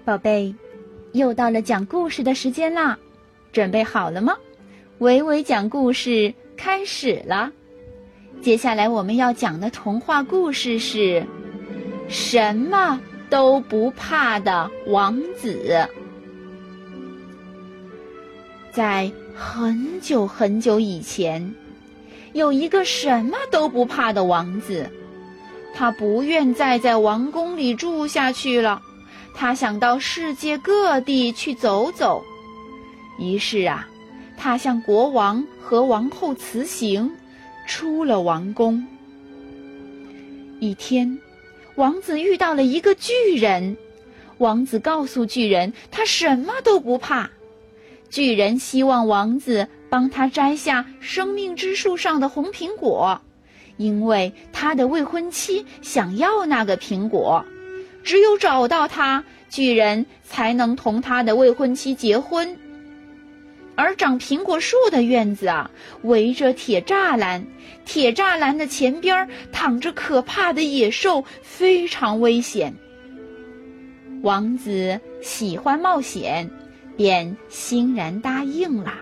宝贝，又到了讲故事的时间啦，准备好了吗？维维讲故事开始了。接下来我们要讲的童话故事是什么都不怕的王子。在很久很久以前，有一个什么都不怕的王子，他不愿再在王宫里住下去了，他想到世界各地去走走。于是他向国王和王后辞行，出了王宫。一天，王子遇到了一个巨人，王子告诉巨人他什么都不怕。巨人希望王子帮他摘下生命之树上的红苹果，因为他的未婚妻想要那个苹果，只有找到他，巨人才能同他的未婚妻结婚。而长苹果树的院子围着铁栅栏，铁栅栏的前边躺着可怕的野兽，非常危险。王子喜欢冒险，便欣然答应了。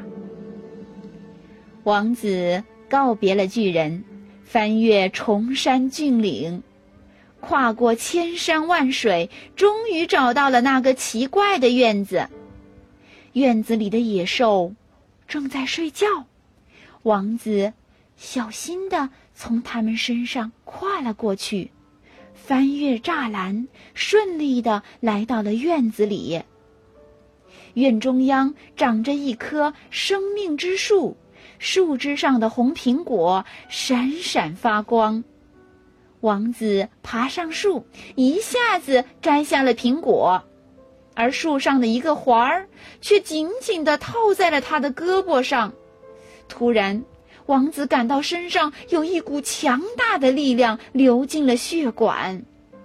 王子告别了巨人，翻越崇山峻岭，跨过千山万水，终于找到了那个奇怪的院子。院子里的野兽正在睡觉，王子小心地从他们身上跨了过去，翻越栅栏，顺利地来到了院子里。院中央长着一棵生命之树，树枝上的红苹果闪闪发光。王子爬上树，一下子摘下了苹果，而树上的一个环儿却紧紧地套在了他的胳膊上。突然，王子感到身上有一股强大的力量流进了血管。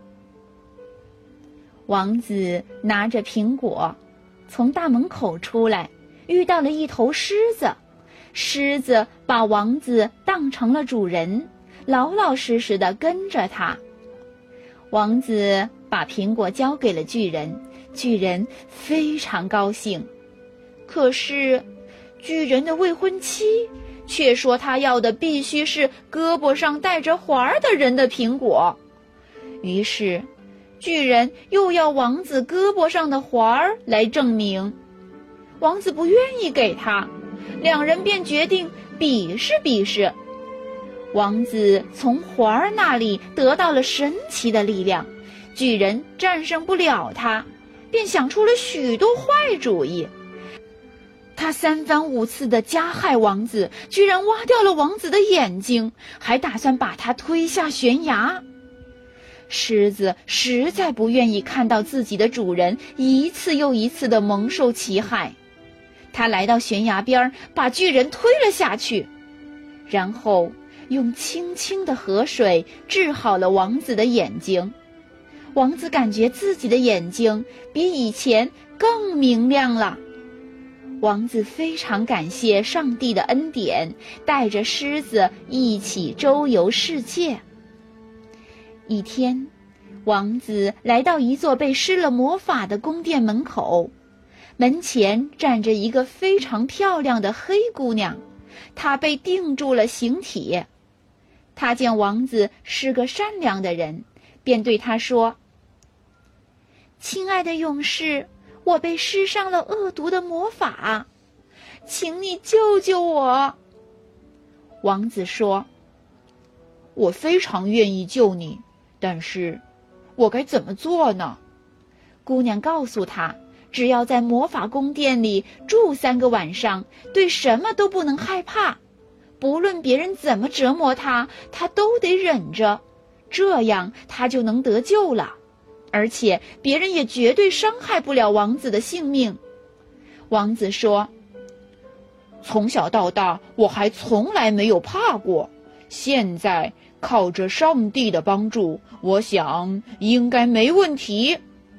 王子拿着苹果从大门口出来，遇到了一头狮子。狮子把王子当成了主人，老老实实地跟着他。王子把苹果交给了巨人，巨人非常高兴。可是巨人的未婚妻却说他要的必须是胳膊上带着环儿的人的苹果。于是巨人又要王子胳膊上的环儿来证明。王子不愿意给他，两人便决定比试比试。王子从环儿那里得到了神奇的力量，巨人战胜不了他，便想出了许多坏主意。他三番五次地加害王子，居然挖掉了王子的眼睛，还打算把他推下悬崖。狮子实在不愿意看到自己的主人一次又一次地蒙受其害，他来到悬崖边，把巨人推了下去，然后用清清的河水治好了王子的眼睛。王子感觉自己的眼睛比以前更明亮了。王子非常感谢上帝的恩典，带着狮子一起周游世界。一天，王子来到一座被施了魔法的宫殿门口，门前站着一个非常漂亮的黑姑娘，她被钉住了形体。她见王子是个善良的人，便对他说：“亲爱的勇士，我被施上了恶毒的魔法，请你救救我。”王子说：“我非常愿意救你，但是我该怎么做呢？”姑娘告诉他，只要在魔法宫殿里住3个晚上，对什么都不能害怕，不论别人怎么折磨他，他都得忍着，这样他就能得救了，而且别人也绝对伤害不了王子的性命。王子说：“从小到大，我还从来没有怕过，现在靠着上帝的帮助，我想应该没问题。”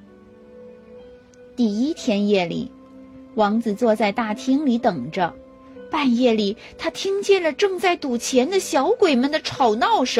第一天夜里，王子坐在大厅里等着。半夜里，他听见了正在赌钱的小鬼们的吵闹声，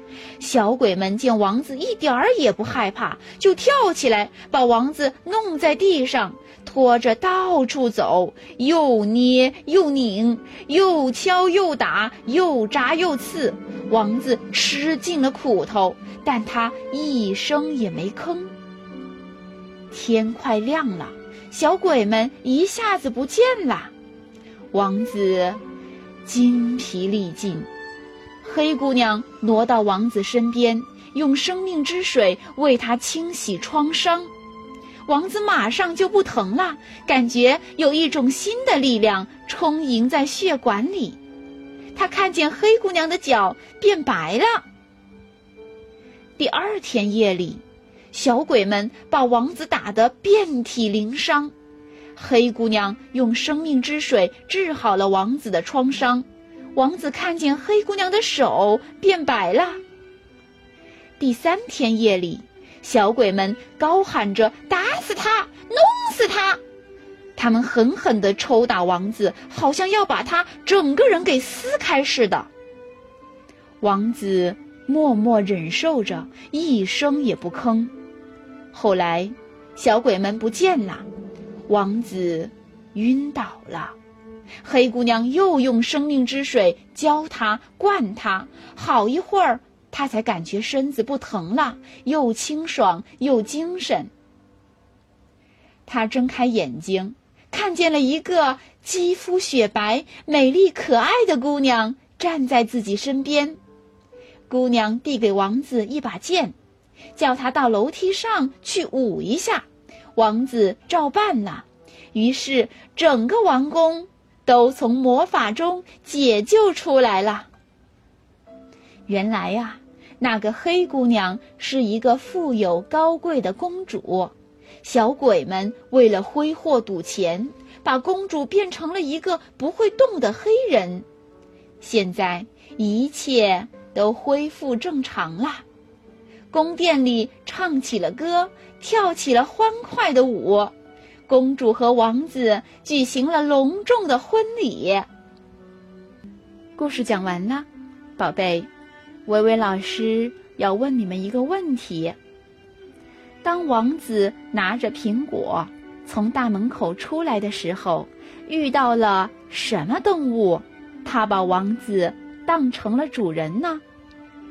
小鬼们见王子一点儿也不害怕，就跳起来把王子弄在地上，拖着到处走，又捏又拧，又敲又打，又扎又刺。王子吃尽了苦头，但他一声也没吭。天快亮了，小鬼们一下子不见了，王子筋疲力尽。黑姑娘挪到王子身边，用生命之水为他清洗创伤。王子马上就不疼了，感觉有一种新的力量充盈在血管里。他看见黑姑娘的脚变白了。第二天夜里，小鬼们把王子打得遍体鳞伤。黑姑娘用生命之水治好了王子的创伤。王子看见黑姑娘的手变白了。第三天夜里，小鬼们高喊着打死他，弄死他。他们狠狠地抽打王子，好像要把他整个人给撕开似的。王子默默忍受着，一声也不吭。后来小鬼们不见了，王子晕倒了。黑姑娘又用生命之水浇他灌他，好一会儿他才感觉身子不疼了，又清爽又精神。他睁开眼睛，看见了一个肌肤雪白、美丽可爱的姑娘站在自己身边。姑娘递给王子一把剑，叫他到楼梯上去舞一下。王子照办了，于是整个王宫都从魔法中解救出来了。原来呀，那个黑姑娘是一个富有高贵的公主，小鬼们为了挥霍赌钱，把公主变成了一个不会动的黑人。现在一切都恢复正常了，宫殿里唱起了歌，跳起了欢快的舞。公主和王子举行了隆重的婚礼。故事讲完了，宝贝，维维老师要问你们一个问题：当王子拿着苹果从大门口出来的时候，遇到了什么动物？他把王子当成了主人呢？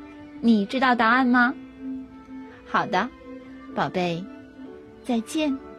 你知道答案吗？好的，宝贝，再见。